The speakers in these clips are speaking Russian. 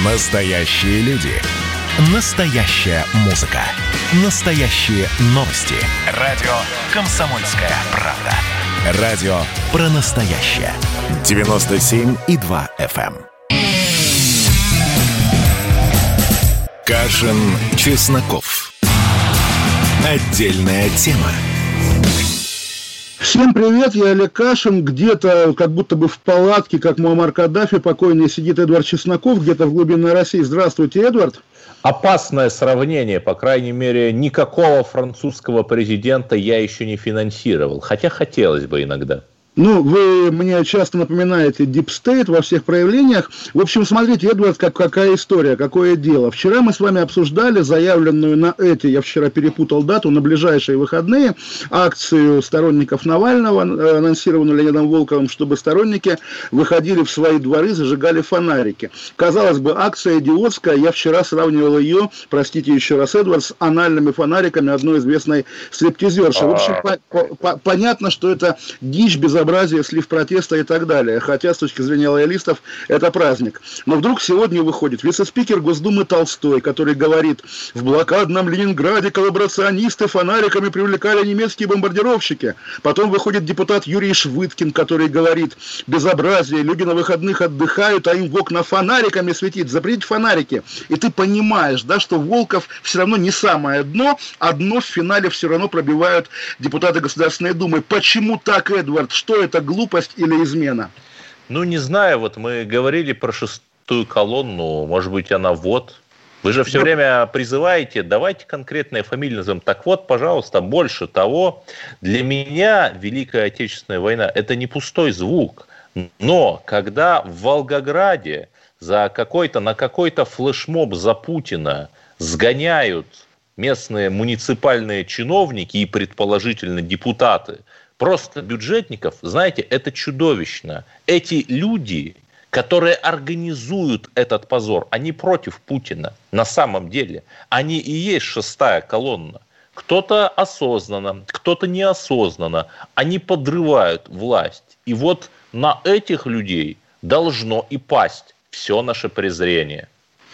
Настоящие люди. Настоящая музыка. Настоящие новости. Радио «Комсомольская правда». Радио про настоящее. 97,2 FM. Кашин, Чесноков. Отдельная тема. Всем привет, я Олег Кашин. Где-то, как будто бы в палатке, как Муаммар Каддафи, покойный сидит Эдвард Чесноков, где-то в глубинной России. Здравствуйте, Эдвард. Опасное сравнение, по крайней мере, никакого французского президента я еще не финансировал, хотя хотелось бы иногда. Ну, вы мне часто напоминаете Deep State во всех проявлениях. В общем, смотрите, Эдвард, какая история, какое дело. Вчера мы с вами обсуждали заявленную на я вчера перепутал дату, на ближайшие выходные, акцию сторонников Навального, анонсированную Леонидом Волковым, чтобы сторонники выходили в свои дворы, зажигали фонарики. Казалось бы, акция идиотская, я вчера сравнивал ее, простите еще раз, Эдвард, с анальными фонариками одной известной стриптизерши. В общем, понятно, что это дичь, безобразие, слив протеста и так далее. Хотя, с точки зрения лоялистов, это праздник. Но вдруг сегодня выходит вице-спикер Госдумы Толстой, который говорит: в блокадном Ленинграде коллаборационисты фонариками привлекали немецкие бомбардировщики. Потом выходит депутат Юрий Швыдкин, который говорит: безобразие, люди на выходных отдыхают, а им в окна фонариками светит, запретить фонарики. И ты понимаешь, да, что Волков все равно не самое дно, а дно в финале все равно пробивают депутаты Государственной Думы. Почему так, Эдвард? Что это, глупость или измена? Ну, не знаю, вот мы говорили про шестую колонну, может быть, она вот. Вы же все время призываете, давайте конкретные фамилии назовем. Так вот, пожалуйста, больше того, для меня Великая Отечественная война – это не пустой звук. Но когда в Волгограде на какой-то флешмоб за Путина сгоняют местные муниципальные чиновники и, предположительно, депутаты, просто бюджетников, знаете, это чудовищно. Эти люди, которые организуют этот позор, они против Путина на самом деле. Они и есть шестая колонна. Кто-то осознанно, кто-то неосознанно. Они подрывают власть. И вот на этих людей должно и пасть все наше презрение.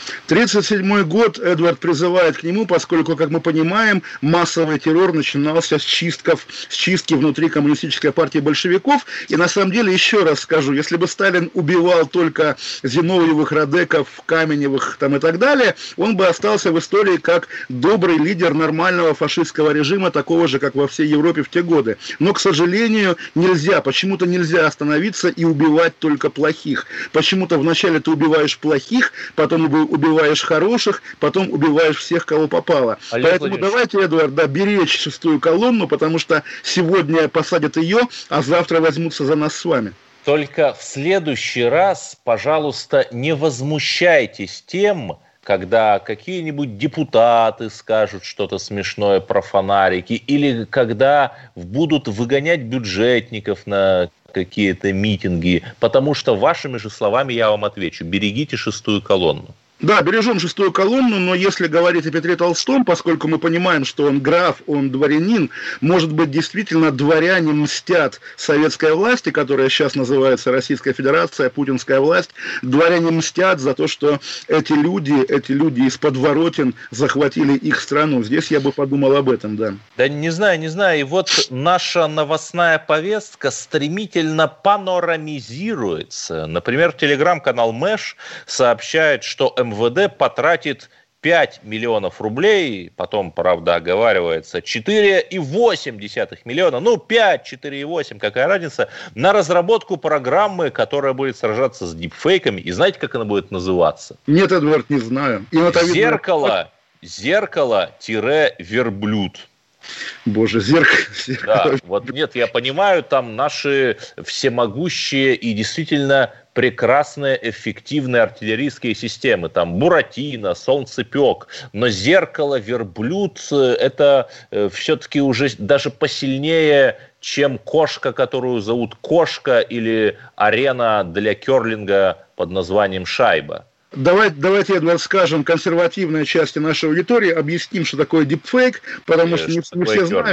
1937 год, Эдвард призывает к нему, поскольку, как мы понимаем, массовый террор начинался с чистки внутри коммунистической партии большевиков. И на самом деле, еще раз скажу, если бы Сталин убивал только Зиновьевых, Радеков, Каменевых там и так далее, он бы остался в истории как добрый лидер нормального фашистского режима, такого же, как во всей Европе в те годы. Но, к сожалению, почему-то нельзя остановиться и убивать только плохих. Почему-то вначале ты убиваешь плохих, потом убиваешь хороших, потом убиваешь всех, кого попало. Поэтому давайте, Эдуард, беречь шестую колонну, потому что сегодня посадят ее, а завтра возьмутся за нас с вами. Только в следующий раз, пожалуйста, не возмущайтесь тем, когда какие-нибудь депутаты скажут что-то смешное про фонарики, или когда будут выгонять бюджетников на какие-то митинги, потому что вашими же словами я вам отвечу: берегите шестую колонну. Да, бережем шестую колонну, но если говорить о Петре Толстом, поскольку мы понимаем, что он граф, он дворянин, может быть, действительно дворяне мстят советской власти, которая сейчас называется Российская Федерация, путинская власть, дворяне мстят за то, что эти люди из подворотен захватили их страну. Здесь я бы подумал об этом, да. Да не знаю. И вот наша новостная повестка стремительно панорамизируется. Например, телеграм-канал Мэш сообщает, что МВД потратит 5 миллионов рублей, потом, правда, оговаривается 4,8 миллиона, 5, 4,8, какая разница, на разработку программы, которая будет сражаться с дипфейками. И знаете, как она будет называться? Нет, Эдвард, не знаю. Зеркало-верблюд. Боже, зеркало. Да, вот нет, я понимаю, там наши всемогущие и действительно прекрасные, эффективные артиллерийские системы. Там Буратино, Солнцепек. Но зеркало-верблюд – это все-таки уже даже посильнее, чем кошка, которую зовут Кошка, или арена для керлинга под названием Шайба. Давайте, Эдвард, скажем консервативной части нашей аудитории, объясним, что такое дипфейк, потому что не все знают.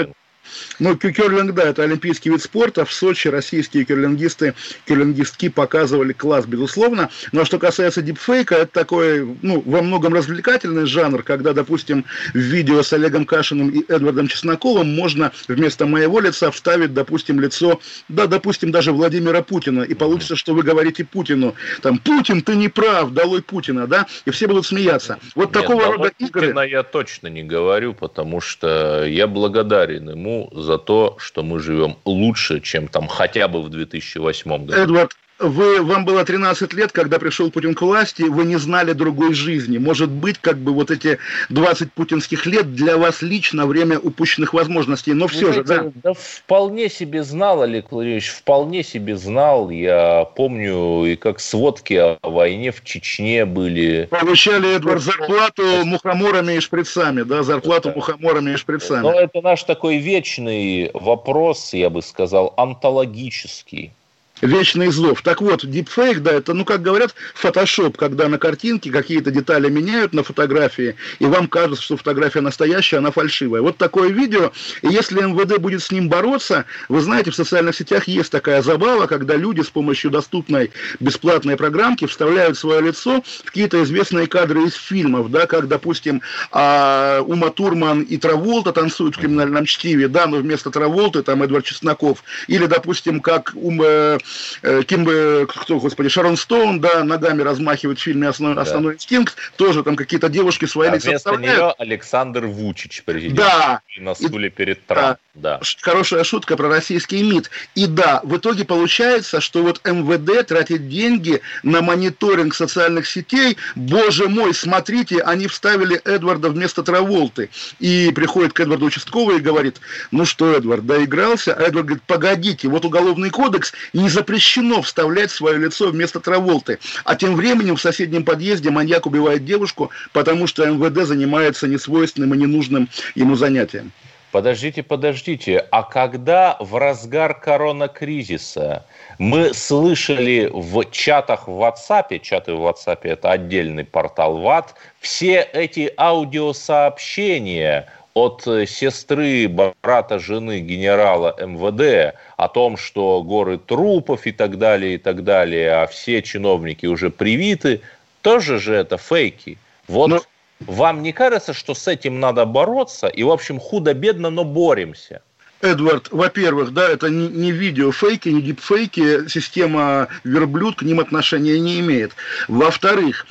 Ну, керлинг, да, это олимпийский вид спорта. В Сочи российские керлингистки показывали класс, безусловно. Но что касается дипфейка, это такой, ну, во многом развлекательный жанр, когда, допустим, в видео с Олегом Кашиным и Эдвардом Чесноковым можно вместо моего лица вставить, допустим, лицо, да, допустим, даже Владимира Путина. И получится, что вы говорите Путину, там, Путин, ты не прав, долой Путина, да, и все будут смеяться. Вот нет, такого рода игры... Путина я точно не говорю, потому что я благодарен ему за то, что мы живем лучше, чем там хотя бы в 2008 году. Эдвард, вам было 13 лет, когда пришел Путин к власти, вы не знали другой жизни. Может быть, как бы вот эти 20 путинских лет для вас лично время упущенных возможностей, но все же, да? Да вполне себе знал, Олег Владимирович, вполне себе знал. Я помню, и как сводки о войне в Чечне были. Получали, Эдвард, зарплату мухоморами и шприцами, да, зарплату мухоморами и шприцами. Но это наш такой вечный вопрос, я бы сказал, онтологический. Вечный зов. Так вот, дипфейк, да, это, ну, как говорят, фотошоп, когда на картинке какие-то детали меняют на фотографии, и вам кажется, что фотография настоящая, она фальшивая. Вот такое видео, и если МВД будет с ним бороться, вы знаете, в социальных сетях есть такая забава, когда люди с помощью доступной бесплатной программки вставляют свое лицо в какие-то известные кадры из фильмов, да, как, допустим, Ума Турман и Траволта танцуют в «Криминальном чтиве», да, но вместо Траволты там Эдвард Чесноков, или, допустим, как Шарон Стоун, да, ногами размахивает в фильме «Основной инстинкт», тоже там какие-то девушки свои лица вместо нее Александр Вучич, президент, да, на стуле перед Трампом. Да. Хорошая шутка про российский МИД. И да, в итоге получается, что вот МВД тратит деньги на мониторинг социальных сетей. Боже мой, смотрите, они вставили Эдварда вместо Траволты. И приходит к Эдварду участковый и говорит: ну что, Эдвард, доигрался? А Эдвард говорит: погодите, вот уголовный кодекс, не запрещено вставлять свое лицо вместо Траволты. А тем временем в соседнем подъезде маньяк убивает девушку, потому что МВД занимается несвойственным и ненужным ему занятием. Подождите, а когда в разгар коронакризиса мы слышали в чатах в WhatsApp, чаты в WhatsApp это отдельный портал ВАТ, все эти аудиосообщения от сестры брата жены генерала МВД о том, что горы трупов и так далее, а все чиновники уже привиты, тоже же это фейки. Вот. Вам не кажется, что с этим надо бороться? И, в общем, худо-бедно, но боремся. Эдвард, во-первых, да, это не видеофейки, не дипфейки, система верблюд к ним отношения не имеет. Во-вторых,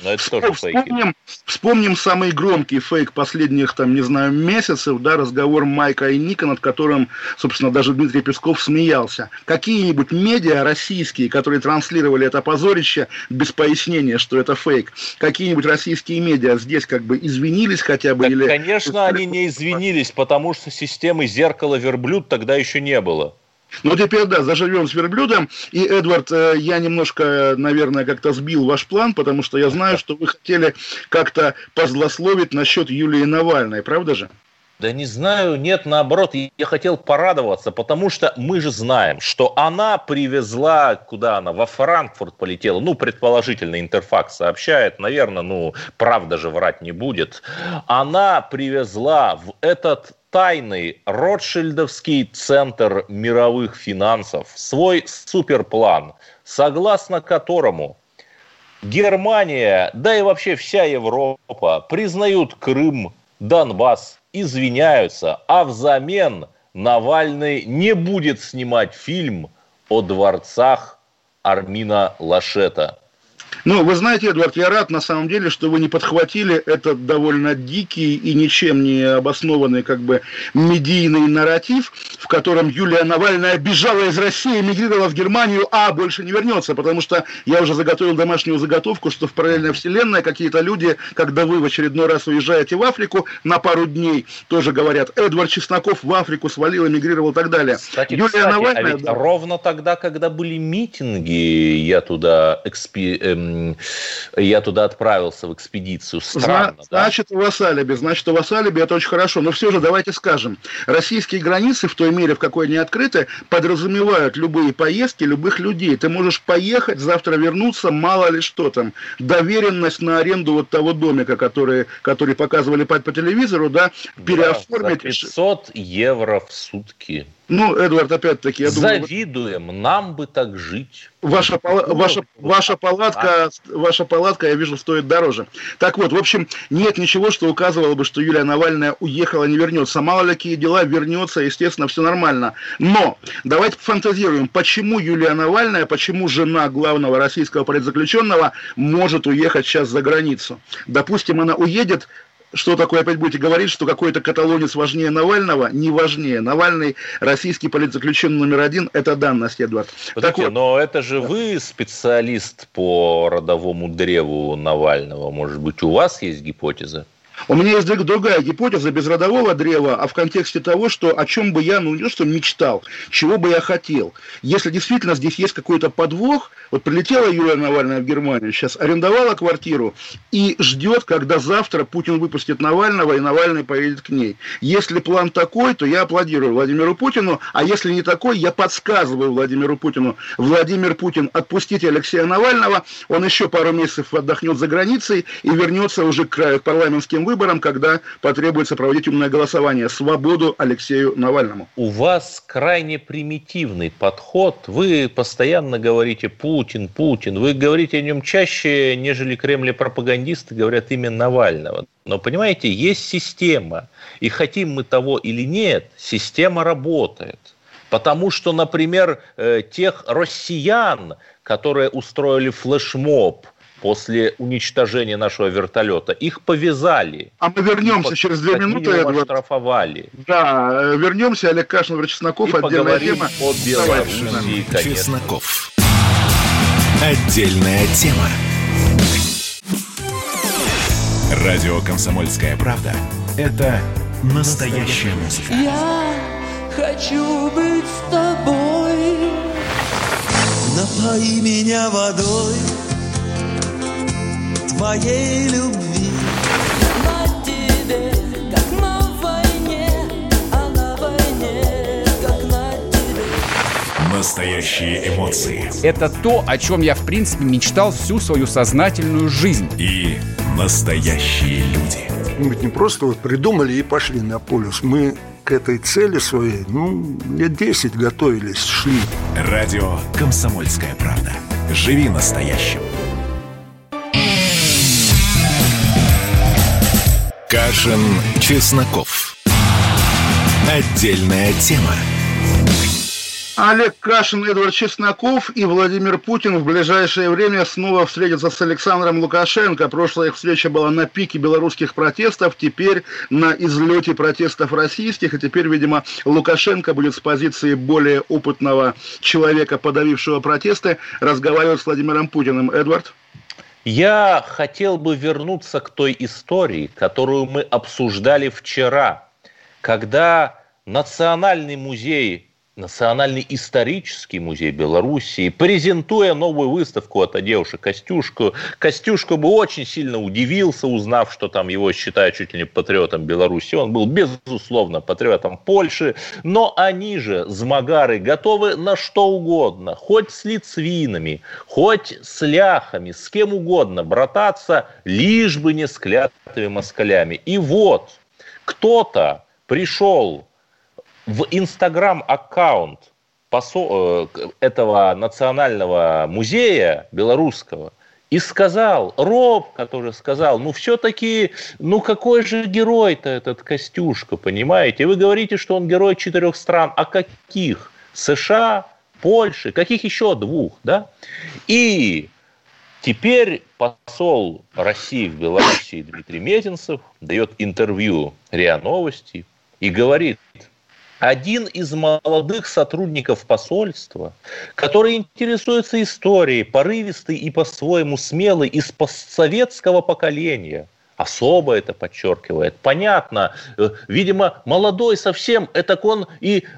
вспомним самый громкий фейк последних, там, не знаю, месяцев, да, разговор Майка и Ника, над которым, собственно, даже Дмитрий Песков смеялся. Какие-нибудь медиа российские, которые транслировали это позорище без пояснения, что это фейк, какие-нибудь российские медиа здесь как бы извинились хотя бы? Так, или... Конечно, они не извинились, потому что системы зеркала верблюд тогда еще не было. Ну, теперь, да, заживем с верблюдом. И, Эдвард, я немножко, наверное, как-то сбил ваш план, потому что я знаю, что вы хотели как-то позлословить насчет Юлии Навальной, правда же? Да не знаю, нет, наоборот, я хотел порадоваться, потому что мы же знаем, что она привезла, куда она, во Франкфурт полетела, ну, предположительно, Интерфакс сообщает, наверное, ну, правда же врать не будет, она привезла в этот тайный Ротшильдовский центр мировых финансов свой суперплан, согласно которому Германия, да и вообще вся Европа признают Крым, Донбасс, извиняются, а взамен Навальный не будет снимать фильм о дворцах Армина Лашета. Ну, вы знаете, Эдвард, я рад на самом деле, что вы не подхватили этот довольно дикий и ничем не обоснованный как бы медийный нарратив, в котором Юлия Навальная бежала из России, эмигрировала в Германию, а больше не вернется, потому что я уже заготовил домашнюю заготовку, что в параллельной вселенной какие-то люди, когда вы в очередной раз уезжаете в Африку на пару дней, тоже говорят: Эдвард Чесноков в Африку свалил, эмигрировал и так далее. Кстати, Навальная, а ведь ровно тогда, когда были митинги, я туда я туда отправился в экспедицию. Странно, значит, у вас алиби, это очень хорошо. Но все же давайте скажем, российские границы в той мере, в какой они открыты, подразумевают любые поездки любых людей. Ты можешь поехать, завтра вернуться, мало ли что там. Доверенность на аренду вот того домика, который показывали по телевизору, да, переоформить. За 500 евро в сутки. Ну, Эдвард, опять-таки, я думаю... Завидуем, нам бы так жить. Ваша палатка, я вижу, стоит дороже. Так вот, в общем, нет ничего, что указывало бы, что Юлия Навальная уехала, не вернется. Мало ли какие дела, вернется, естественно, все нормально. Но давайте пофантазируем, почему Юлия Навальная, почему жена главного российского политзаключенного может уехать сейчас за границу? Допустим, она уедет. Что такое, опять будете говорить, что какой-то каталонец важнее Навального? Не важнее. Навальный российский политзаключенный номер 1, это данность, Эдвард. Подождите, но это же вы специалист по родовому древу Навального. Может быть, у вас есть гипотеза? У меня есть другая гипотеза без родового древа, а в контексте того, что о чем бы я, не что мечтал, чего бы я хотел. Если действительно здесь есть какой-то подвох, вот прилетела Юлия Навальная в Германию, сейчас арендовала квартиру и ждет, когда завтра Путин выпустит Навального и Навальный поедет к ней. Если план такой, то я аплодирую Владимиру Путину, а если не такой, я подсказываю Владимиру Путину. Владимир Путин, отпустите Алексея Навального, он еще пару месяцев отдохнет за границей и вернется уже к парламентским выборам, когда потребуется проводить умное голосование. Свободу Алексею Навальному. У вас крайне примитивный подход. Вы постоянно говорите Путин. Вы говорите о нем чаще, нежели Кремль-пропагандисты говорят имя Навального. Но, понимаете, есть система. И хотим мы того или нет, система работает. Потому что, например, тех россиян, которые устроили флешмоб после уничтожения нашего вертолета, их повязали. А мы вернемся через 2 минуты. Оштрафовали. Да, вернемся. Олег Кашин, Владимир Чесноков. И отдельная тема. О Белоруссии, конечно. Чесноков. Отдельная тема. Радио «Комсомольская правда» — это настоящая музыка. Я хочу быть с тобой. Напои меня водой твоей любви. На тебе, как на войне, а на войне, как на тебе. Настоящие эмоции. Это то, о чем я, в принципе, мечтал всю свою сознательную жизнь. И настоящие люди. Мы ведь не просто придумали и пошли на полюс. Мы к этой цели своей, лет 10 готовились, шли. Радио «Комсомольская правда». Живи настоящим. Кашин, Чесноков. Отдельная тема. Олег Кашин, Эдвард Чесноков и Владимир Путин в ближайшее время снова встретятся с Александром Лукашенко. Прошлая их встреча была на пике белорусских протестов, теперь на излете протестов российских. И теперь, видимо, Лукашенко будет с позиции более опытного человека, подавившего протесты, разговаривать с Владимиром Путиным. Эдвард? Я хотел бы вернуться к той истории, которую мы обсуждали вчера, когда Национальный исторический музей Белоруссии, презентуя новую выставку от Тадеуша Костюшко бы очень сильно удивился, узнав, что там его считают чуть ли не патриотом Беларуси. Он был, безусловно, патриотом Польши, но они же, змагары, готовы на что угодно, хоть с литвинами, хоть с ляхами, с кем угодно брататься, лишь бы не с клятыми москалями. И вот кто-то пришел в Инстаграм-аккаунт этого национального музея белорусского и сказал, который сказал, все-таки, какой же герой-то этот Костюшко, понимаете? Вы говорите, что он герой 4 стран, а каких? США, Польши, каких еще 2, да? И теперь посол России в Белоруссии Дмитрий Мезенцев дает интервью РИА Новости и говорит: один из молодых сотрудников посольства, который интересуется историей, порывистый и по-своему смелый, из постсоветского поколения, особо это подчеркивает. Понятно, видимо, молодой совсем, это он и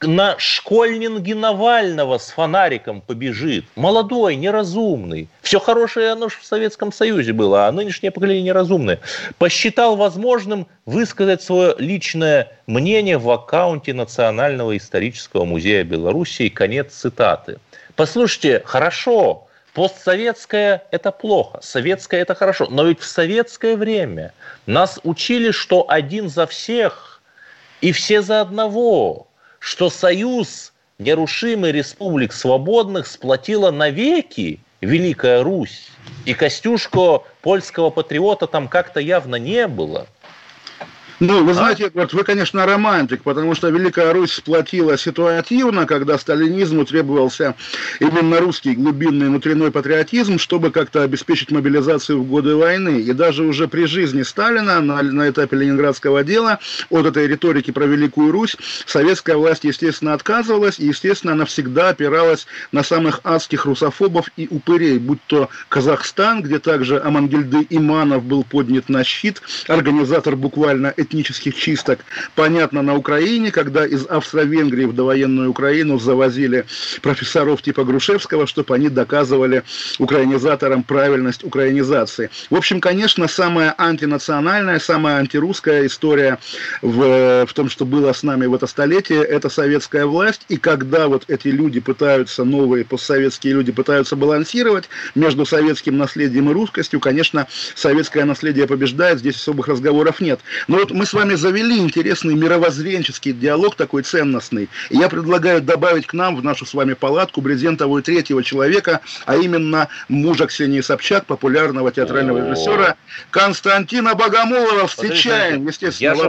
на школьнинги Навального с фонариком побежит. Молодой, неразумный. Все хорошее оно же в Советском Союзе было, а нынешнее поколение неразумное. Посчитал возможным высказать свое личное мнение в аккаунте Национального исторического музея Белоруссии. Конец цитаты. Послушайте, хорошо, постсоветское – это плохо, советское – это хорошо. Но ведь в советское время нас учили, что один за всех и все за одного, что союз нерушимый республик свободных сплотила навеки Великая Русь. И Костюшко, польского патриота, там как-то явно не было. Ну, вы знаете, Эдвард, вы, конечно, романтик, потому что Великая Русь сплотила ситуативно, когда сталинизму требовался именно русский глубинный внутренний патриотизм, чтобы как-то обеспечить мобилизацию в годы войны. И даже уже при жизни Сталина на этапе Ленинградского дела от этой риторики про Великую Русь советская власть, естественно, отказывалась, и, естественно, она всегда опиралась на самых адских русофобов и упырей, будь то Казахстан, где также Амангельды Иманов был поднят на щит, организатор буквально этнических чисток. Понятно, на Украине, когда из Австро-Венгрии в довоенную Украину завозили профессоров типа Грушевского, чтобы они доказывали украинизаторам правильность украинизации. В общем, конечно, самая антинациональная, самая антирусская история в том, что было с нами в это столетие, это советская власть. И когда вот эти люди пытаются, новые постсоветские люди пытаются балансировать между советским наследием и русскостью, конечно, советское наследие побеждает, здесь особых разговоров нет. Но вот мы с вами завели интересный мировоззренческий диалог, такой ценностный. И я предлагаю добавить к нам в нашу с вами палатку брезентового третьего человека, а именно мужа Ксении Собчак, популярного театрального режиссера Константина Богомолова. Встречаем, естественно. Я же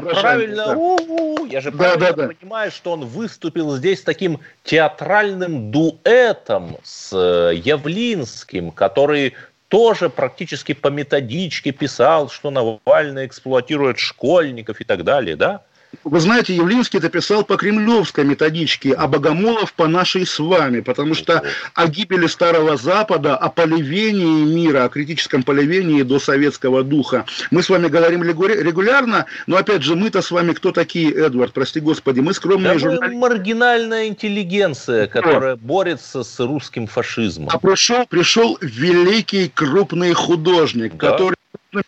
правильно понимаю, что он выступил здесь таким театральным дуэтом с Явлинским, который тоже практически по методичке писал, что Навальный эксплуатирует школьников и так далее, да? Вы знаете, Явлинский это писал по кремлевской методичке, а Богомолов по нашей с вами, потому что о гибели Старого Запада, о поливении мира, о критическом поливении до советского духа мы с вами говорим регулярно, но опять же, мы-то с вами кто такие, Эдвард, прости господи, мы скромные журналисты. Мы маргинальная интеллигенция, которая борется с русским фашизмом. А пришел великий крупный художник, который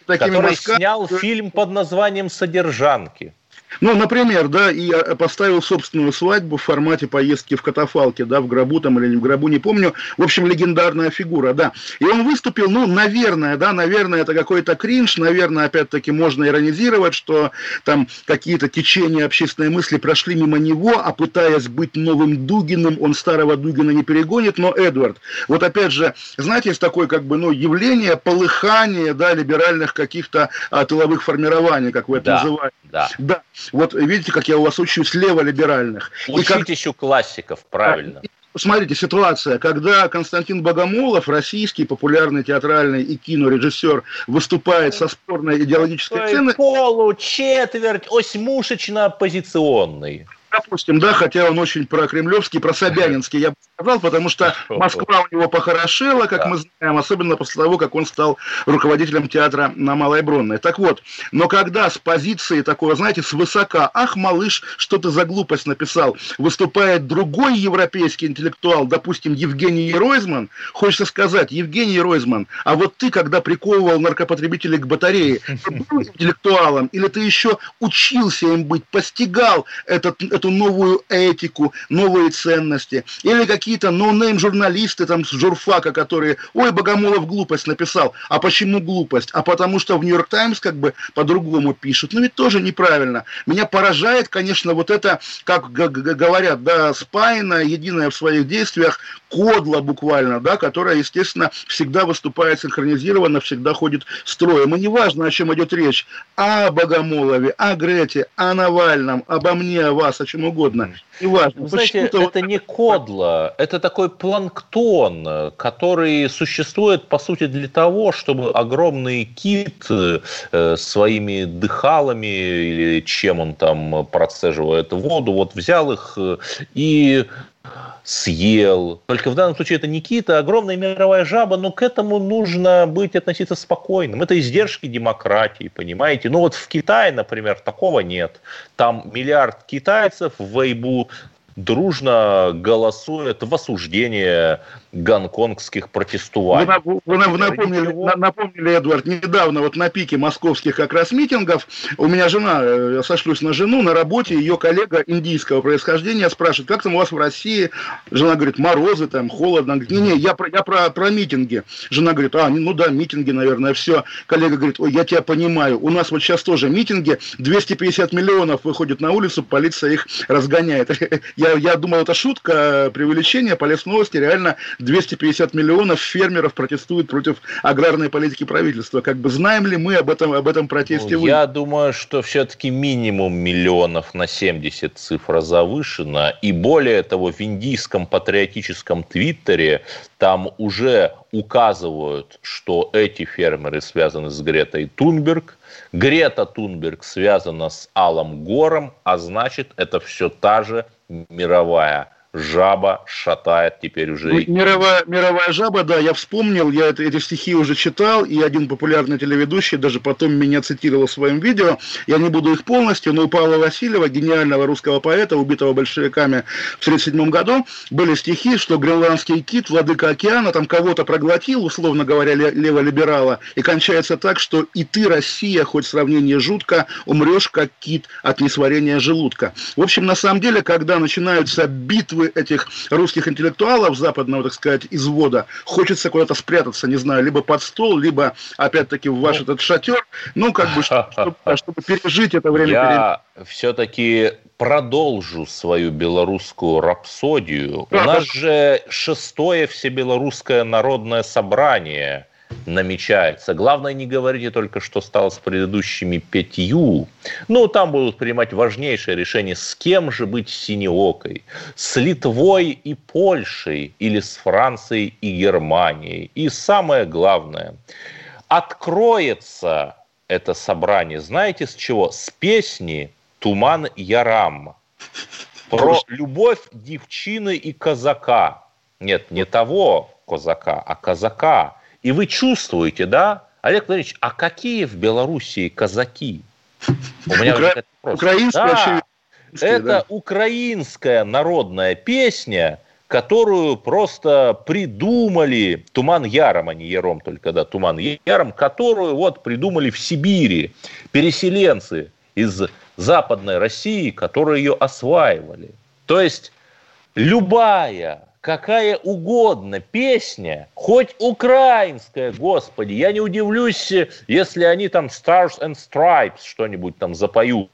снял фильм под названием «Содержанки». Ну, например, да, и поставил собственную свадьбу в формате поездки в катафалке, да, в гробу там или не в гробу, не помню. В общем, легендарная фигура, да. И он выступил, ну, наверное, это какой-то кринж, наверное, опять-таки можно иронизировать, что там какие-то течения общественной мысли прошли мимо него, а пытаясь быть новым Дугиным, он старого Дугина не перегонит. Но, Эдвард, вот опять же, знаете, есть такое, как бы, ну, явление, полыхание, да, либеральных каких-то тыловых формирований, как вы это называете. Да. Вот видите, как я у вас учусь, леволиберальных. Учитесь у классиков, правильно. Смотрите, ситуация, когда Константин Богомолов, российский популярный театральный и кинорежиссер, выступает со спорной идеологической ценностью. Четверть осьмушечно-оппозиционный. Допустим, да, хотя он очень прокремлевский, прособянинский, я бы сказал, потому что Москва у него похорошела, как мы знаем, особенно после того, как он стал руководителем театра на Малой Бронной. Так вот, но когда с позиции такого, знаете, свысока, ах, малыш, что ты за глупость написал, выступает другой европейский интеллектуал, допустим, Евгений Ройзман, хочется сказать, Евгений Ройзман, а вот ты, когда приковывал наркопотребителей к батарее, ты был интеллектуалом, или ты еще учился им быть, постигал эту новую этику, новые ценности, или какие-то ноунейм журналисты там с журфака, которые, ой, Богомолов глупость написал, а почему глупость? А потому что в Нью-Йорк Таймс как бы по-другому пишут, но ведь тоже неправильно. Меня поражает, конечно, вот это, как говорят, да, спаянное, единое в своих действиях, кодло буквально, да, которая, естественно, всегда выступает синхронизированно, всегда ходит строем. И неважно, о чем идет речь, о Богомолове, о Грете, о Навальном, обо мне, о вас, о чем угодно. Неважно. Вы знаете, это не кодло, это такой планктон, который существует, по сути, для того, чтобы огромный кит своими дыхалами или чем он там процеживает воду, вот взял их и съел. Только в данном случае это не кит, а огромная мировая жаба, но к этому нужно относиться спокойным. Это издержки демократии, понимаете? Ну вот в Китае, например, такого нет. Там 1 миллиард китайцев в Вэйбу, дружно голосует в осуждение гонконгских протестований. Вы напомнили, Эдуард, недавно вот на пике московских как раз митингов у меня жена, я сошлюсь на жену, на работе ее коллега индийского происхождения спрашивает, как там у вас в России? Жена говорит, морозы, там, холодно. Говорит, не, я про митинги. Жена говорит, ну да, митинги, наверное, все. Коллега говорит, ой, я тебя понимаю, у нас вот сейчас тоже митинги, 250 миллионов выходит на улицу, полиция их разгоняет. Я думал, это шутка, преувеличение, полез в новости, реально 250 миллионов фермеров протестуют против аграрной политики правительства. Как бы знаем ли мы об этом протесте? Я думаю, что все-таки минимум миллионов на 70 цифра завышена. И более того, в индийском патриотическом твиттере там уже указывают, что эти фермеры связаны с Гретой Тунберг. Грета Тунберг связана с Алом Гором, а значит, это все та же мировая жаба шатает теперь уже. Мировая жаба, да, я вспомнил, я эти стихи уже читал, и один популярный телеведущий даже потом меня цитировал в своем видео, я не буду их полностью, но у Павла Васильева, гениального русского поэта, убитого большевиками в 1937 году, были стихи, что гренландский кит, владыка океана, там кого-то проглотил, условно говоря, леволиберала, и кончается так, что и ты, Россия, хоть в сравнении жутко, умрешь как кит от несварения желудка. В общем, на самом деле, когда начинаются битвы этих русских интеллектуалов западного, так сказать, извода, хочется куда-то спрятаться, не знаю, либо под стол, либо, опять-таки, в ваш этот шатер, ну, как бы, чтобы пережить это время. Я все-таки продолжу свою белорусскую рапсодию. У нас же 6-е Всебелорусское народное собрание намечается. Главное, не говорите только, что стало с предыдущими 5. Ну, там будут принимать важнейшее решение, с кем же быть синеокой. С Литвой и Польшей или с Францией и Германией. И самое главное, откроется это собрание, знаете с чего? С песни «Туман Ярам». Про любовь девчины и казака. Нет, не того казака, а казака. И вы чувствуете, да, Олег Владимирович, а какие в Белоруссии казаки? У меня возникает вопрос. Украинская, да, это украинская народная песня, которую просто придумали, Туман Яром, а не Яром только, да, Туман Яром, которую вот придумали в Сибири переселенцы из Западной России, которые ее осваивали. То есть любая, какая угодно песня, хоть украинская, господи, я не удивлюсь, если они там Stars and Stripes что-нибудь там запоют,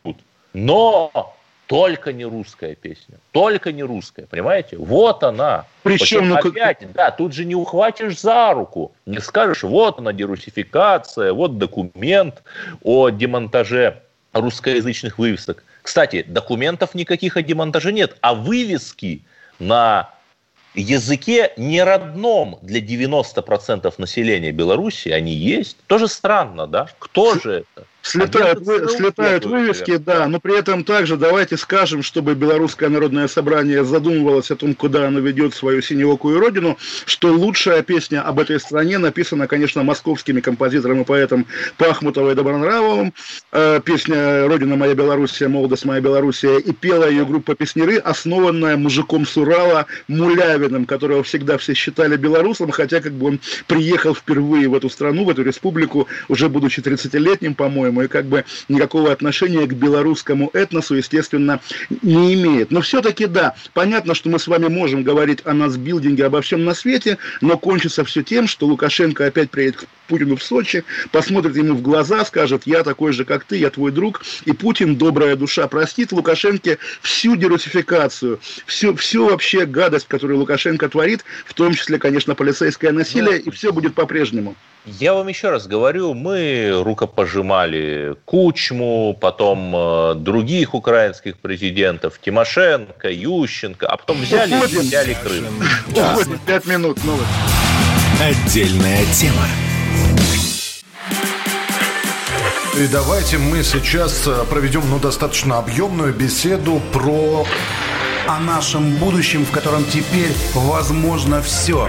но только не русская песня, только не русская, понимаете? Вот она. Причем опять, да, тут же не ухватишь за руку, не скажешь, вот она дерусификация, вот документ о демонтаже русскоязычных вывесок. Кстати, документов никаких о демонтаже нет, а вывески на языке не родном для 90% населения Беларуси, они есть. Тоже странно, да? Кто же это? Слетают вывески, да, но при этом также давайте скажем, чтобы Белорусское народное собрание задумывалось о том, куда оно ведет свою синеокую родину, что лучшая песня об этой стране написана, конечно, московскими композитором и поэтом Пахмутовой и Добронравовым. Песня «Родина моя Белоруссия, молодость моя Белоруссия», и пела ее группа «Песняры», основанная мужиком с Урала Мулявиным, которого всегда все считали белорусом, хотя как бы он приехал впервые в эту страну, в эту республику, уже будучи 30-летним, по-моему, и как бы никакого отношения к белорусскому этносу, естественно, не имеет. Но все-таки, да, понятно, что мы с вами можем говорить о нацбилдинге, обо всем на свете, но кончится все тем, что Лукашенко опять приедет к Путину в Сочи, посмотрит ему в глаза, скажет: я такой же, как ты, я твой друг, и Путин, добрая душа, простит Лукашенке всю дерусификацию, всю вообще гадость, которую Лукашенко творит, в том числе, конечно, полицейское насилие, и все будет по-прежнему. Я вам еще раз говорю, мы рукопожимали Кучму, потом других украинских президентов, Тимошенко, Ющенко, а потом взяли Крым. Уходим, 5 минут, новости. Отдельная тема. И давайте мы сейчас проведем достаточно объемную беседу про... о нашем будущем, в котором теперь возможно все.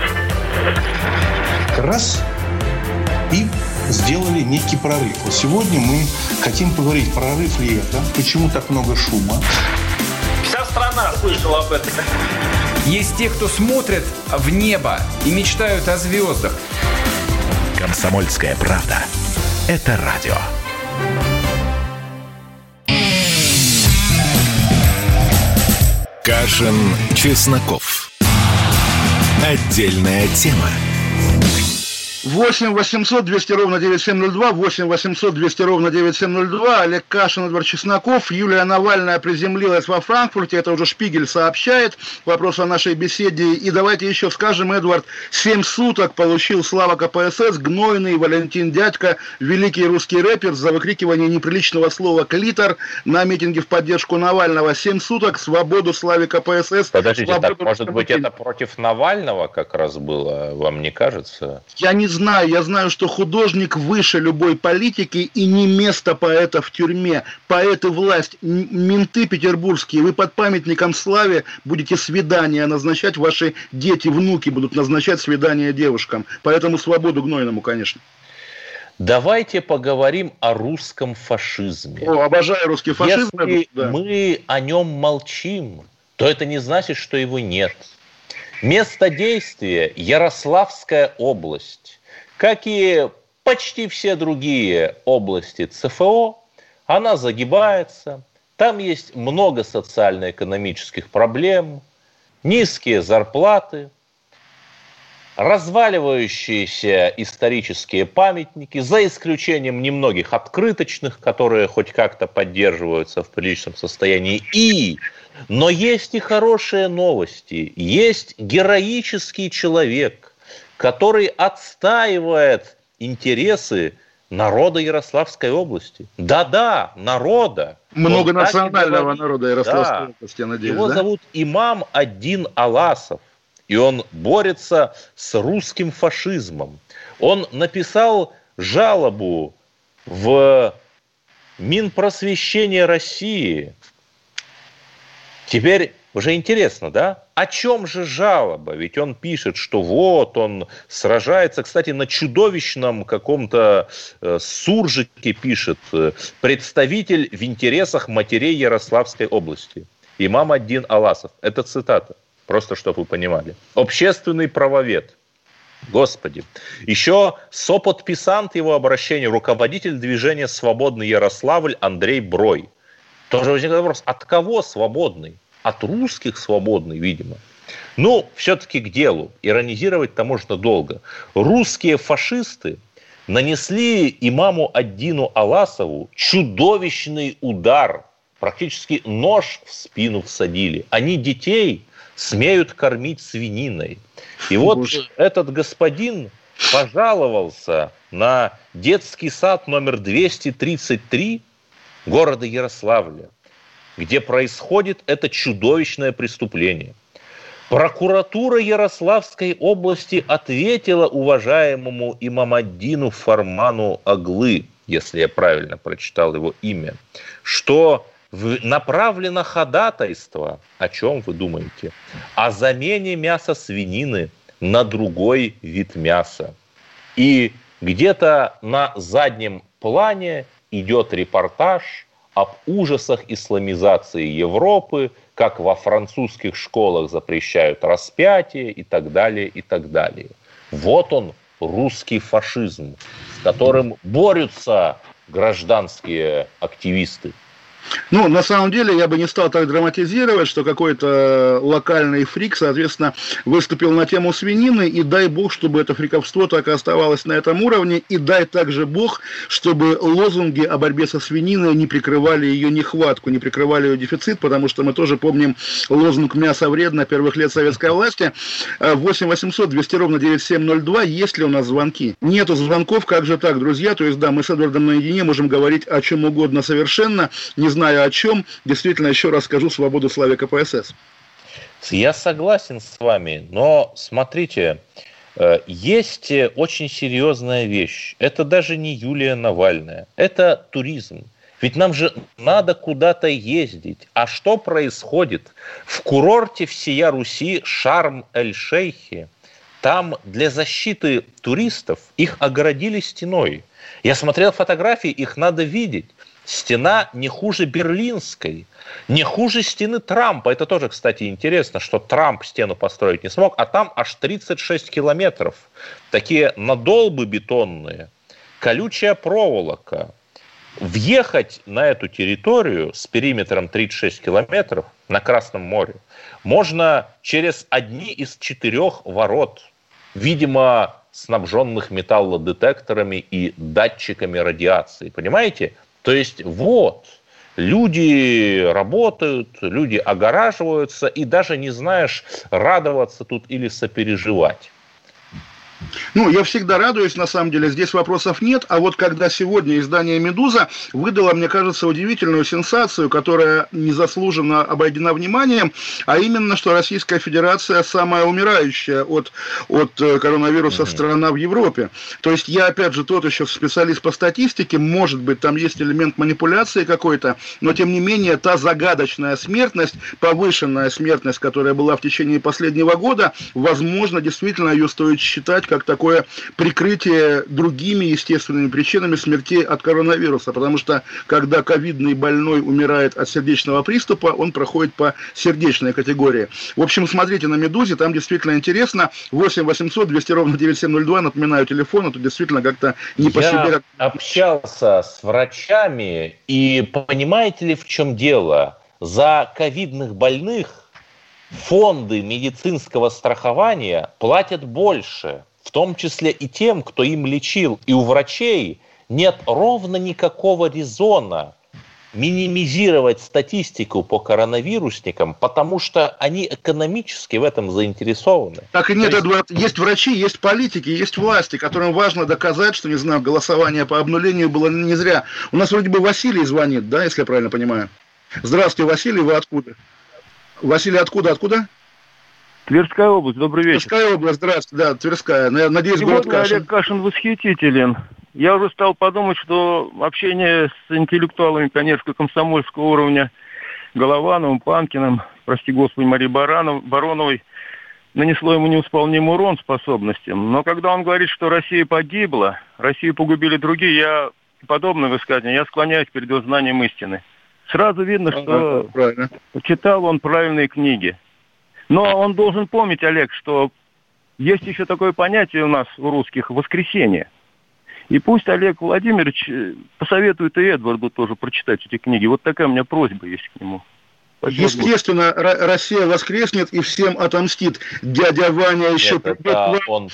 Раз и сделали некий прорыв. Вот сегодня мы хотим поговорить, прорыв ли это, почему так много шума. Вся страна слышала об этом. Есть те, кто смотрят в небо и мечтают о звездах. «Комсомольская правда». Это радио. Кашин, Чесноков. Отдельная тема. 8 800 200 ровно 9702, 8 800 200 ровно 9702, Олег Кашин, Эдвард Чесноков. Юлия Навальная приземлилась во Франкфурте, это уже Шпигель сообщает, вопрос о нашей беседе. И давайте еще скажем, Эдвард, 7 суток получил Слава КПСС, гнойный Валентин Дядько, великий русский рэпер, за выкрикивание неприличного слова «клитор» на митинге в поддержку Навального. 7 суток, свободу Славе КПСС. Подождите, так может быть это против Навального как раз было, вам не кажется? Я не знаю, я знаю, что художник выше любой политики и не место поэта в тюрьме. Поэты власть, менты петербургские, вы под памятником Славе будете свидания назначать, ваши дети, внуки будут назначать свидания девушкам. Поэтому свободу гнойному, конечно. Давайте поговорим о русском фашизме. О, обожаю русский фашизм. Если мы о нем молчим, то это не значит, что его нет. Место действия – Ярославская область. Как и почти все другие области ЦФО, она загибается. Там есть много социально-экономических проблем, низкие зарплаты, разваливающиеся исторические памятники, за исключением немногих открыточных, которые хоть как-то поддерживаются в приличном состоянии. Но есть и хорошие новости. Есть героический человек, который отстаивает интересы народа Ярославской области. Да-да, народа. Многонационального народа Ярославской области, я надеюсь. Его зовут имам Ад-Дин Аласов. И он борется с русским фашизмом. Он написал жалобу в Минпросвещение России. Теперь уже интересно, да? О чем же жалоба? Ведь он пишет, что вот он сражается, кстати, на чудовищном каком-то суржике пишет, представитель в интересах матерей Ярославской области. Имам Ад-Дин Аласов. Это цитата. Просто чтобы вы понимали. Общественный правовед. Господи. Еще соподписант его обращения, руководитель движения «Свободный Ярославль» Андрей Брой. Тоже возникает вопрос, от кого свободный? От русских свободный, видимо. Ну, все-таки к делу. Иронизировать-то можно долго. Русские фашисты нанесли имаму Ад-Дину Аласову чудовищный удар. Практически нож в спину всадили. Они детей смеют кормить свининой. И вот этот господин пожаловался на детский сад номер 233 города Ярославля, где происходит это чудовищное преступление. Прокуратура Ярославской области ответила уважаемому имам-ад-Дину Фарману Аглы, если я правильно прочитал его имя, что направлено ходатайство, о чем вы думаете? О замене мяса свинины на другой вид мяса. И где-то на заднем плане идет репортаж об ужасах исламизации Европы, как во французских школах запрещают распятие и так далее, и так далее. Вот он, русский фашизм, с которым борются гражданские активисты. Ну, на самом деле, я бы не стал так драматизировать, что какой-то локальный фрик, соответственно, выступил на тему свинины, и дай бог, чтобы это фриковство так и оставалось на этом уровне, и дай также бог, чтобы лозунги о борьбе со свининой не прикрывали ее нехватку, не прикрывали ее дефицит, потому что мы тоже помним лозунг «мясо вредно» первых лет советской власти. 8 800 200 ровно 9702, есть ли у нас звонки? Нету звонков, как же так, друзья? То есть, да, мы с Эдвардом наедине можем говорить о чем угодно совершенно, не знаю о чем, действительно, еще раз скажу, свободу Славе КПСС. Я согласен с вами, но смотрите, есть очень серьезная вещь. Это даже не Юлия Навальная, это туризм. Ведь нам же надо куда-то ездить. А что происходит? В курорте всея Руси Шарм-эль-Шейхе, там для защиты туристов их огородили стеной. Я смотрел фотографии, их надо видеть. Стена не хуже Берлинской, не хуже стены Трампа. Это тоже, кстати, интересно, что Трамп стену построить не смог, а там аж 36 километров. Такие надолбы бетонные, колючая проволока. Въехать на эту территорию с периметром 36 километров на Красном море можно через одни из 4 ворот, видимо, снабженных металлодетекторами и датчиками радиации. Понимаете? То есть вот, люди работают, люди огораживаются, и даже не знаешь, радоваться тут или сопереживать. Ну, я всегда радуюсь, на самом деле, здесь вопросов нет. А вот когда сегодня издание «Медуза» выдало, мне кажется, удивительную сенсацию, которая незаслуженно обойдена вниманием, а именно, что Российская Федерация самая умирающая от коронавируса страна в Европе. То есть я, опять же, тот еще специалист по статистике, может быть, там есть элемент манипуляции какой-то, но, тем не менее, та загадочная смертность, повышенная смертность, которая была в течение последнего года, возможно, действительно ее стоит считать как такое прикрытие другими естественными причинами смертей от коронавируса, потому что когда ковидный больной умирает от сердечного приступа, он проходит по сердечной категории. В общем, смотрите на «Медузе», там действительно интересно. 8 800 200 ровно 9702, напоминаю, телефон, это действительно как-то не по себе. Я общался с врачами, и понимаете ли, в чем дело? За ковидных больных фонды медицинского страхования платят больше, в том числе и тем, кто им лечил. И у врачей нет ровно никакого резона минимизировать статистику по коронавирусникам, потому что они экономически в этом заинтересованы. Так и нет, Эдуард, есть врачи, есть политики, есть власти, которым важно доказать, что, не знаю, голосование по обнулению было не зря. У нас вроде бы Василий звонит, да, если я правильно понимаю? Здравствуйте, Василий, вы откуда? Василий, откуда? Тверская область, добрый вечер. Тверская область, здравствуйте, да, Тверская. Надеюсь, город Кашин. Олег Кашин восхитителен. Я уже стал подумать, что общение с интеллектуалами, конечно, комсомольского уровня, Головановым, Панкиным, прости господи, Марии Бароновой, нанесло ему невосполнимый урон способностям. Но когда он говорит, что Россия погибла, Россию погубили другие, я подобное высказывание, я склоняюсь перед его знанием истины. Сразу видно, что читал он правильные книги. Но он должен помнить, Олег, что есть еще такое понятие у нас, у русских, воскресенье. И пусть Олег Владимирович посоветует и Эдварду тоже прочитать эти книги. Вот такая у меня просьба есть к нему. Спасибо. Естественно, Россия воскреснет и всем отомстит. Дядя Ваня еще придет к вам.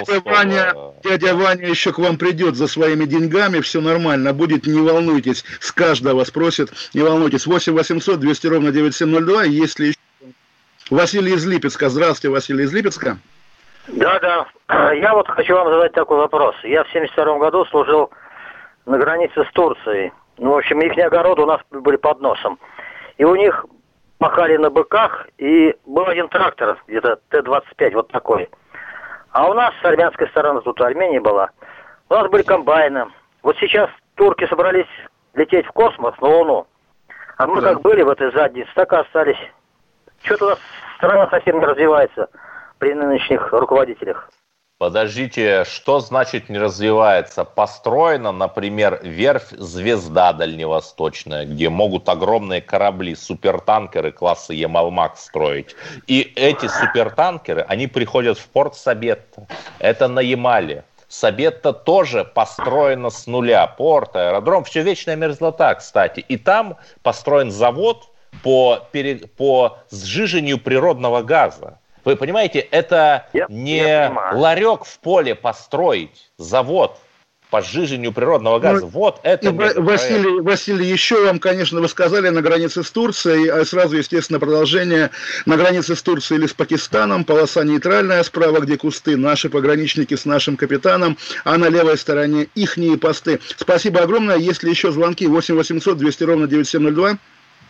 Дядя Ваня еще к вам придет за своими деньгами, все нормально будет, не волнуйтесь. С каждого спросит, не волнуйтесь. 8 800 200 ровно 9702, если еще... Василий из Липецка. Здравствуйте, Василий из Липецка. Да. Я вот хочу вам задать такой вопрос. Я в 1972 году служил на границе с Турцией. Ну, в общем, их огороды у нас были под носом. И у них пахали на быках, и был один трактор, где-то Т-25, вот такой. А у нас с армянской стороны, тут Армения была, у нас были комбайны. Вот сейчас турки собрались лететь в космос, на Луну. А мы как были в этой заднице, так и остались. Что-то у нас страна совсем не развивается при нынешних руководителях. Подождите, что значит не развивается? Построена, например, верфь «Звезда» дальневосточная, где могут огромные корабли, супертанкеры класса Ямалмак строить. И эти супертанкеры, они приходят в порт Сабетта. Это на Ямале. Сабетта тоже построена с нуля. Порт, аэродром, все вечная мерзлота, кстати. И там построен завод по сжижению природного газа. Вы понимаете, это не ларек в поле построить, завод по сжижению природного газа. Вот это... Василий, еще вам, конечно, вы сказали на границе с Турцией, а сразу, естественно, продолжение на границе с Турцией или с Пакистаном, полоса нейтральная справа, где кусты, наши пограничники с нашим капитаном, а на левой стороне ихние посты. Спасибо огромное. Есть ли еще звонки? 8 800 200 ровно 9702.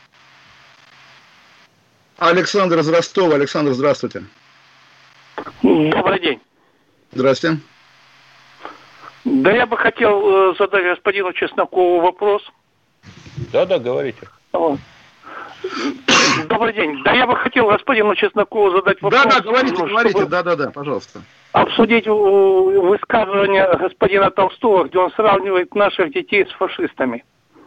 Александр из Ростова. Александр, здравствуйте. Добрый день. Здравствуйте. Да я бы хотел задать господину Чеснокову вопрос. Да, говорите. Добрый день. Да я бы хотел господину Чеснокову задать вопрос. Да, говорите, да, пожалуйста. Обсудить высказывание господина Толстого, где он сравнивает наших детей с фашистами.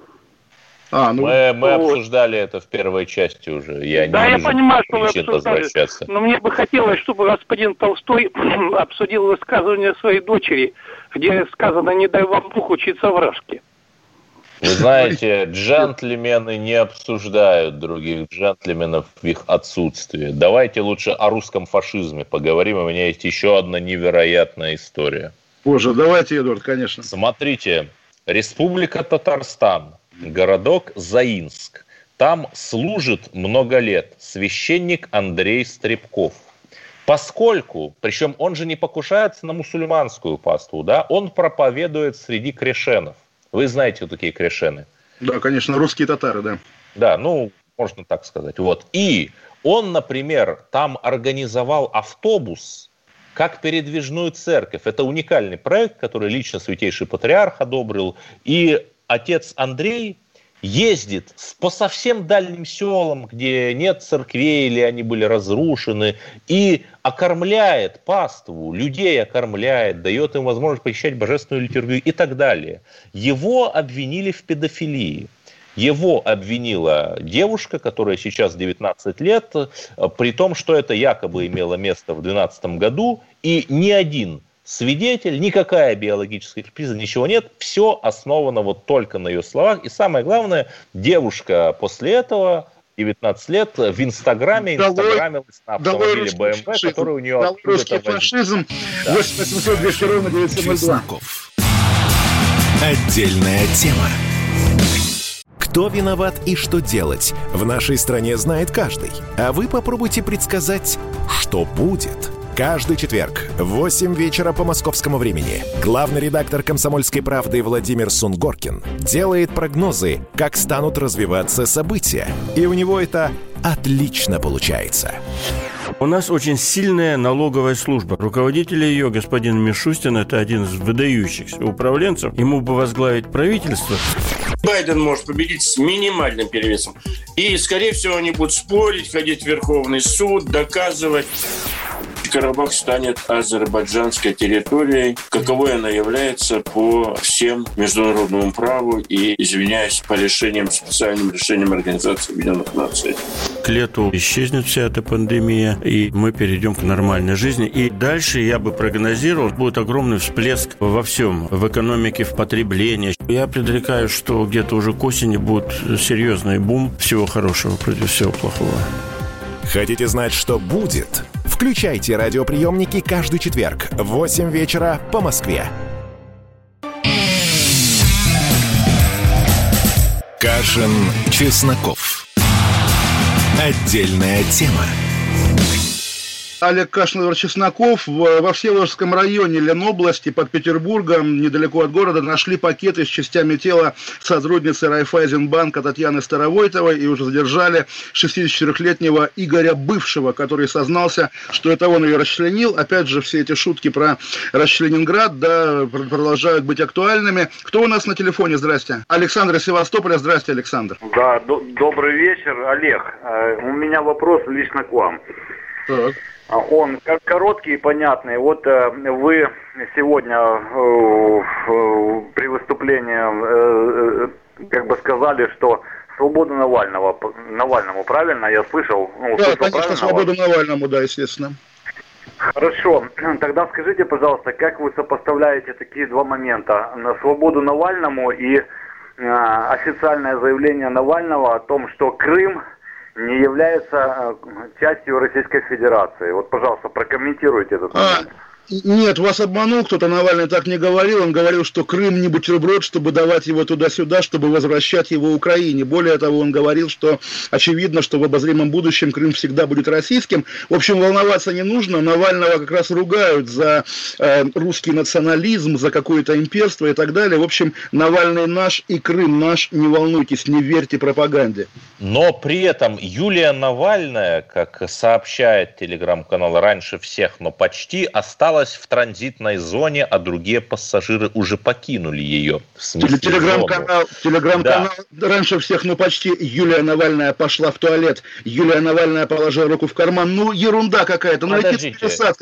Мы обсуждали это в первой части уже. Я понимаю, что вы обсуждали. Но мне бы хотелось, чтобы господин Толстой обсудил высказывание своей дочери, где сказано: «Не дай вам Бог учиться в Рашке». Вы знаете, джентльмены не обсуждают других джентльменов в их отсутствии. Давайте лучше о русском фашизме поговорим. У меня есть еще одна невероятная история. Боже, давайте, Эдуард, конечно. Смотрите, Республика Татарстан, городок Заинск. Там служит много лет священник Андрей Стребков. Поскольку, причем он же не покушается на мусульманскую паству, да, он проповедует среди крешенов. Вы знаете, кто такие крешены? Да, конечно, русские татары, да. Да, можно так сказать. Вот. И он, например, там организовал автобус как передвижную церковь. Это уникальный проект, который лично Святейший Патриарх одобрил. И отец Андрей ездит по совсем дальним селам, где нет церквей или они были разрушены, и окормляет паству, людей окормляет, дает им возможность посещать божественную литургию и так далее. Его обвинили в педофилии. Его обвинила девушка, которая сейчас 19 лет, при том, что это якобы имело место в 2012 году, и ни один свидетель, никакая биологическая экспертиза, ничего нет, все основано вот только на ее словах. И самое главное, девушка после этого, 19 лет, в Инстаграме инстаграмилась на автомобиле BMW, который у нее откуда-то русский фашизм, 8-800-200-902. Чесноков. Отдельная тема. Кто виноват и что делать, в нашей стране знает каждый. А вы попробуйте предсказать, что будет. Каждый четверг в 8 вечера по московскому времени главный редактор «Комсомольской правды» Владимир Сунгоркин делает прогнозы, как станут развиваться события. И у него это отлично получается. У нас очень сильная налоговая служба. Руководитель ее, господин Мишустин, это один из выдающихся управленцев. Ему бы возглавить правительство. Байден может победить с минимальным перевесом. И, скорее всего, они будут спорить, ходить в Верховный суд, доказывать. Карабах станет азербайджанской территорией, каковой она является по всем международному праву и, извиняюсь, по специальным решениям Организации Объединенных Наций. К лету исчезнет вся эта пандемия, и мы перейдем к нормальной жизни. И дальше, я бы прогнозировал, будет огромный всплеск во всем, в экономике, в потреблении. Я предрекаю, что где-то уже к осени будет серьезный бум всего хорошего против всего плохого. Хотите знать, что будет? Включайте радиоприемники каждый четверг в 8 вечера по Москве. Кашин, Чесноков. Отдельная тема. Олег Кашин, Эдуард Чесноков. Во Всеволожском районе Ленобласти под Петербургом, недалеко от города, нашли пакеты с частями тела сотрудницы Райффайзенбанка Татьяны Старовойтовой и уже задержали 64-летнего Игоря Бывшего, который сознался, что это он ее расчленил. Опять же, все эти шутки про Расчленинград, да, продолжают быть актуальными. Кто у нас на телефоне? Здрасте. Александр из Севастополя. Здрасте, Александр. Да, добрый вечер, Олег. У меня вопрос лично к вам. Так. Он короткий и понятный. Вот вы сегодня при выступлении как бы сказали, что свободу Навальному, правильно? Я слышал? Да, конечно, свободу Навальному, да, естественно. Хорошо. Тогда скажите, пожалуйста, как вы сопоставляете такие два момента? На свободу Навальному и официальное заявление Навального о том, что Крым не является частью Российской Федерации. Вот, пожалуйста, прокомментируйте этот момент. Нет, вас обманул кто-то, Навальный так не говорил. Он говорил, что Крым не бутерброд, чтобы давать его туда-сюда, чтобы возвращать его Украине. Более того, он говорил, что очевидно, что в обозримом будущем Крым всегда будет российским. В общем, волноваться не нужно. Навального как раз ругают за русский национализм, за какое-то имперство и так далее. В общем, Навальный наш и Крым наш. Не волнуйтесь, не верьте пропаганде. Но при этом Юлия Навальная, как сообщает телеграм-канал раньше всех, но почти осталась осталась в транзитной зоне, а другие пассажиры уже покинули ее. Телеграм-канал раньше всех, почти. Юлия Навальная пошла в туалет. Юлия Навальная положила руку в карман. Ерунда какая-то. Подождите.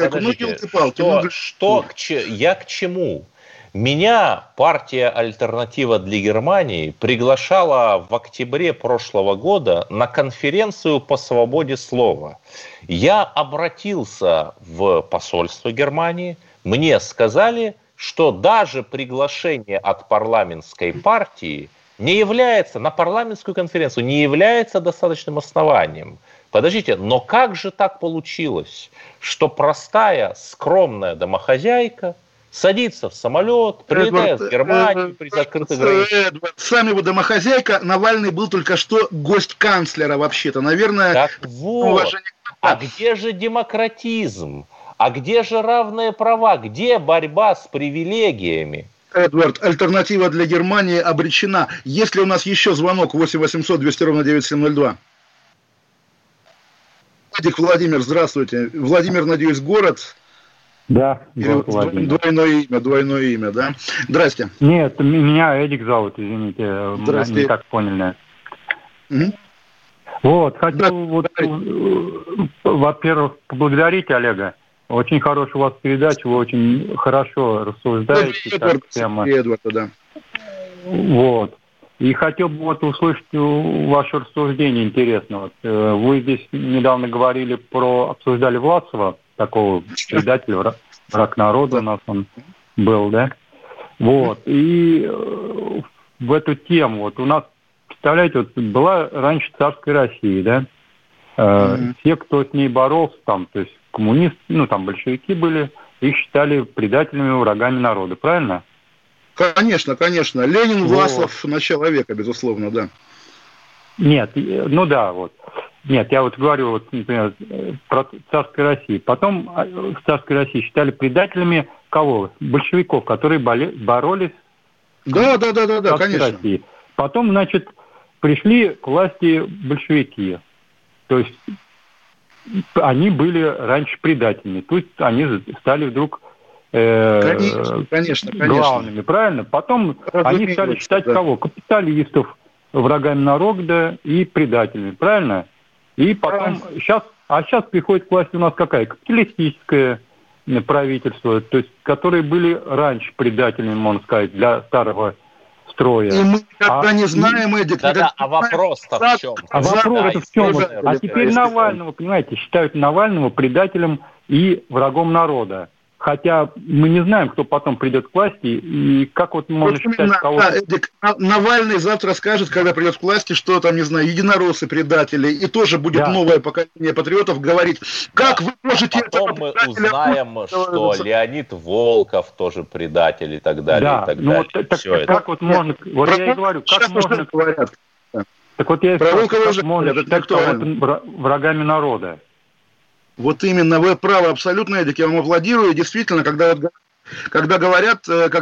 Я к чему? Меня партия «Альтернатива для Германии» приглашала в октябре прошлого года на конференцию по свободе слова. Я обратился в посольство Германии, мне сказали, что даже приглашение от парламентской партии не является, на парламентскую конференцию не является достаточным основанием. Подождите, но как же так получилось, что простая, скромная домохозяйка садится в самолет, прилетает в Германию при закрытых границах. Сами вы домохозяйка, Навальный был только что гость канцлера вообще-то, наверное. Так вот, а где же демократизм? А где же равные права? Где борьба с привилегиями? Эдвард, «Альтернатива для Германии» обречена. Есть ли у нас еще звонок 8 800 200 ровно 9702? Владимир, здравствуйте. Владимир, надеюсь, город... Да, двойное имя, да? Здрасте. Нет, меня Эдик зовут, извините. Здрасте. Не так поняли. Угу. Хотел во-первых, поблагодарить Олега. Очень хорошая у вас передача, вы очень хорошо рассуждаете. Эдварда, да. И хотел бы услышать ваше рассуждение интересно. Вы здесь недавно говорили обсуждали Власова, такого предателя, враг народа у нас он был, да? И в эту тему, у нас, представляете, была раньше царская Россия, да? Все, кто с ней боролся, то есть коммунисты, большевики были, их считали предателями, врагами народа, правильно? Конечно. Ленин, Власов, начало века, безусловно, да. Нет, Нет, я говорю, например, про царскую Россию. Потом в царской России считали предателями кого? Большевиков, которые боролись с конечно. Россией. Потом, пришли к власти большевики. То есть они были раньше предателями. Тут они стали вдруг конечно. главными, правильно? Потом они стали считать кого? Капиталистов врагами народа и предателями, правильно? И потом, сейчас приходит к власти у нас какая? Капиталистическое правительство, то есть, которые были раньше предателями, можно сказать, для старого строя. И мы никогда не знаем, Эдик. А вопрос-то в чем? В чем? А теперь Навального, понимаете, считают Навального предателем и врагом народа. Хотя мы не знаем, кто потом придет к власти, и как можно считать кого-то... Эдик, Навальный завтра скажет, когда придет к власти, что единороссы предатели, и тоже будет новое поколение патриотов говорить, как вы можете... Потом мы узнаем, что Леонид Волков тоже предатель и так далее, и так далее. Как можно... Я и говорю, как можно... Так я и спрашиваю, как можно считать кого-то врагами народа? Вот именно, вы правы абсолютно, Эдик, я вам аплодирую. Действительно, когда говорят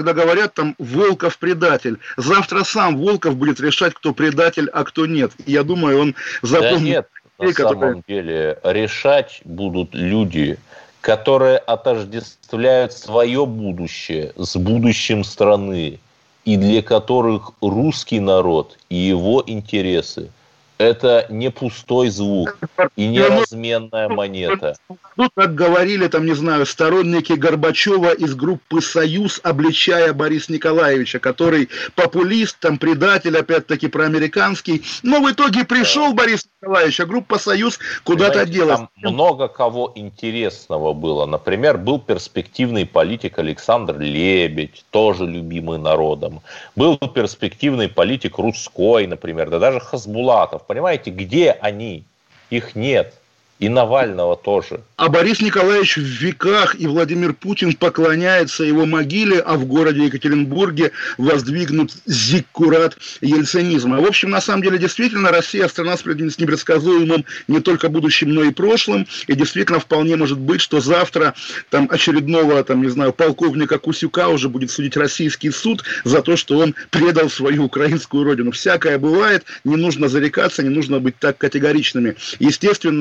Волков предатель, завтра сам Волков будет решать, кто предатель, а кто нет. Я думаю, он запомнит. Да нет, на самом деле решать будут люди, которые отождествляют свое будущее с будущим страны, и для которых русский народ и его интересы это не пустой звук и не разменная монета. Тут, как говорили, сторонники Горбачева из группы «Союз», обличая Бориса Николаевича, который популист, предатель, опять-таки, проамериканский. Но в итоге пришел Борис Николаевич, а группа «Союз» куда-то делась. Там много кого интересного было. Например, был перспективный политик Александр Лебедь, тоже любимый народом. Был перспективный политик Русской, например, да даже Хасбулатов. Понимаете, где они? Их нет. И Навального тоже. А Борис Николаевич в веках, и Владимир Путин поклоняется его могиле, а в городе Екатеринбурге воздвигнут зиккурат ельцинизма. В общем, на самом деле, действительно, Россия страна с непредсказуемым не только будущим, но и прошлым. И действительно, вполне может быть, что завтра очередного, полковника Кусюка уже будет судить российский суд за то, что он предал свою украинскую родину. Всякое бывает, не нужно зарекаться, не нужно быть так категоричными. Естественно,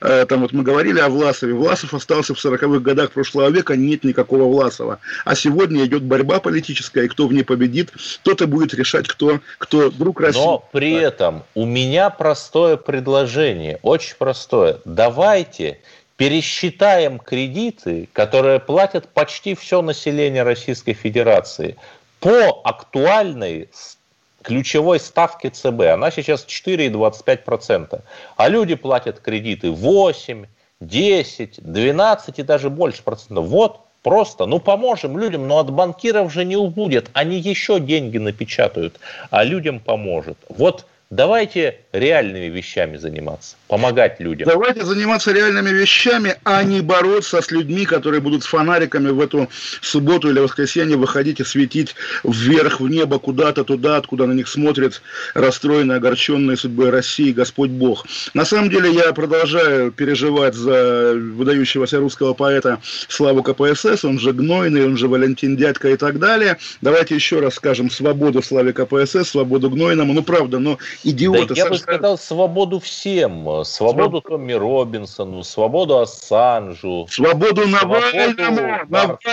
там вот мы говорили о Власове. Власов остался в 40-х годах прошлого века, нет никакого Власова. А сегодня идет борьба политическая, и кто в ней победит, тот и будет решать, кто друг России. Но при этом у меня простое предложение, очень простое. Давайте пересчитаем кредиты, которые платят почти все население Российской Федерации, по актуальной ключевой ставке ЦБ. Она сейчас 4,25%. А люди платят кредиты 8, 10, 12 и даже больше процентов. Вот просто, поможем людям, но от банкиров же не убудет. Они еще деньги напечатают, а людям поможет. Вот давайте реальными вещами заниматься, помогать людям. Давайте заниматься реальными вещами, а не бороться с людьми, которые будут с фонариками в эту субботу или воскресенье выходить и светить вверх, в небо, куда-то туда, откуда на них смотрит расстроенный, огорченный судьбой России Господь Бог. На самом деле я продолжаю переживать за выдающегося русского поэта Славу КПСС, он же Гнойный, он же Валентин Дядька и так далее. Давайте еще раз скажем свободу Славе КПСС, свободу Гнойному. Правда, идиоты. Да я бы сказал свободу всем. Свободу Томми Робинсону, свободу Ассанжу. Свободу Навальному.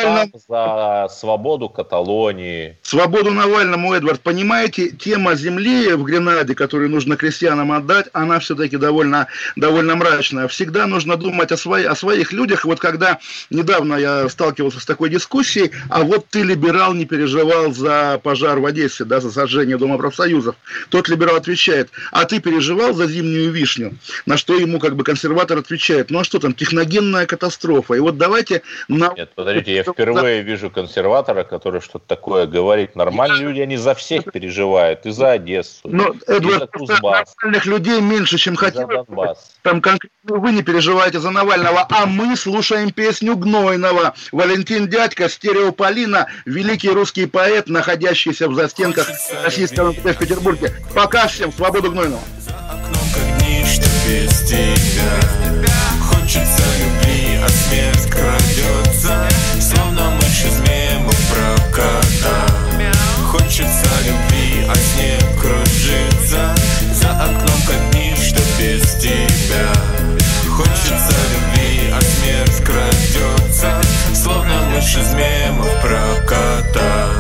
За свободу Каталонии. Свободу Навальному, Эдвард. Понимаете, тема земли в Гренаде, которую нужно крестьянам отдать, она все-таки довольно мрачная. Всегда нужно думать о своих людях. Вот когда недавно я сталкивался с такой дискуссией, а вот ты, либерал, не переживал за пожар в Одессе, да, за сожжение Дома профсоюзов. Тот либерал отвечает: а ты переживал за зимнюю вишню? На что ему консерватор отвечает: ну а что там, техногенная катастрофа. И вот давайте... Нет, подождите, я впервые вижу консерватора, который что-то такое говорит. Нормальные люди, они за всех переживают. И за Одессу, и за Кузбасс. Нормальных людей меньше, чем хотелось. Там конкретно вы не переживаете за Навального, а мы слушаем песню Гнойного. Валентин Дядька, Стереополина, великий русский поэт, находящийся в застенках российского в Петербурге. Пока всем свободу Гнойного. За окном как дни, что без тебя. Хочется любви, а смерть крадется, словно мышь из мемов про кота. Хочется любви, а снег кружится. За окном как дни, что без тебя. Хочется любви, а смерть крадется, словно мышь из мемов про кота.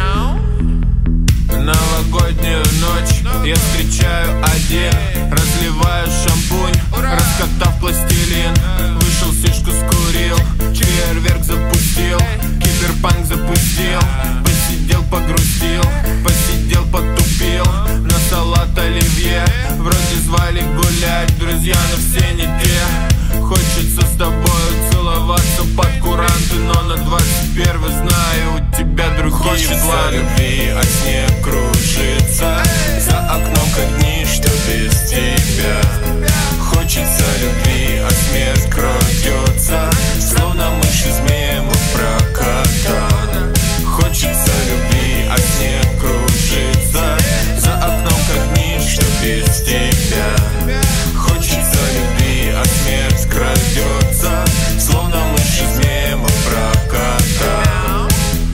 Новогоднюю ночь я встречаю один, разливаю шампунь, раскатав пластилин. Вышел, сишку скурил, фейерверк запустил, киберпанк запустил. Посидел, погрустил, посидел, потупил. На салат оливье, вроде звали гулять, друзья, но все не те. Хочется с тобою целоваться под куранты, но на 21 знаю, у тебя другие планы. Любви, а снег кружится. За окном как дни, что без тебя. Хочется любви, а смерть крадется, словно мышь из мемов про кота. Хочется любви, а снег кружится. За окном как дни, что без тебя. Хочется любви, а смерть крадется, словно мышь из мемов про кота.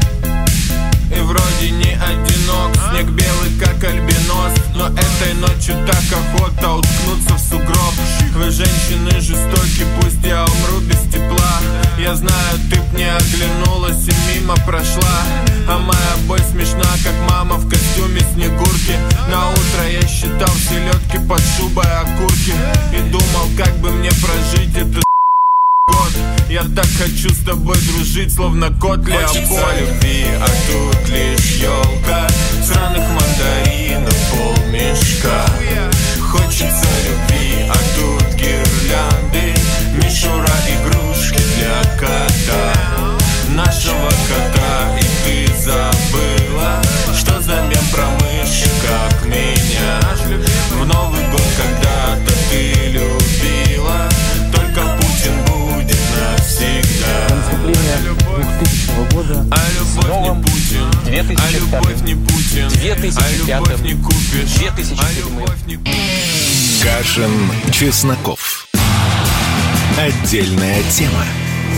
И вроде не одинок, снег белый как альбинос, но этой ночью так охота уткнуться в сугроб. Вы, женщины, жестоки, пусть я умру без тепла. Я знаю, ты б не оглянулась и мимо прошла. А моя боль смешна, как мама в костюме Снегурки. На утро я считал селедки под шубой окурки и думал, как бы мне прожить этот год. Я так хочу с тобой дружить, словно кот Леопольд. Хочется любви, а тут лишь елка, сраных мандаринов полмешка. Хочется любви, а тут гирлянды, мишура, игрушки для кота. Нашего кота, и ты забыла, что взамен про мыши, как меня. В Новый год когда-то ты любила, только Путин будет навсегда. Наступление 2000 года. А любовь не Путин, а любовь не Путин, 2005, а любовь не купишь, 2007. а любовь не купишь. Кашин, Чесноков. Отдельная тема.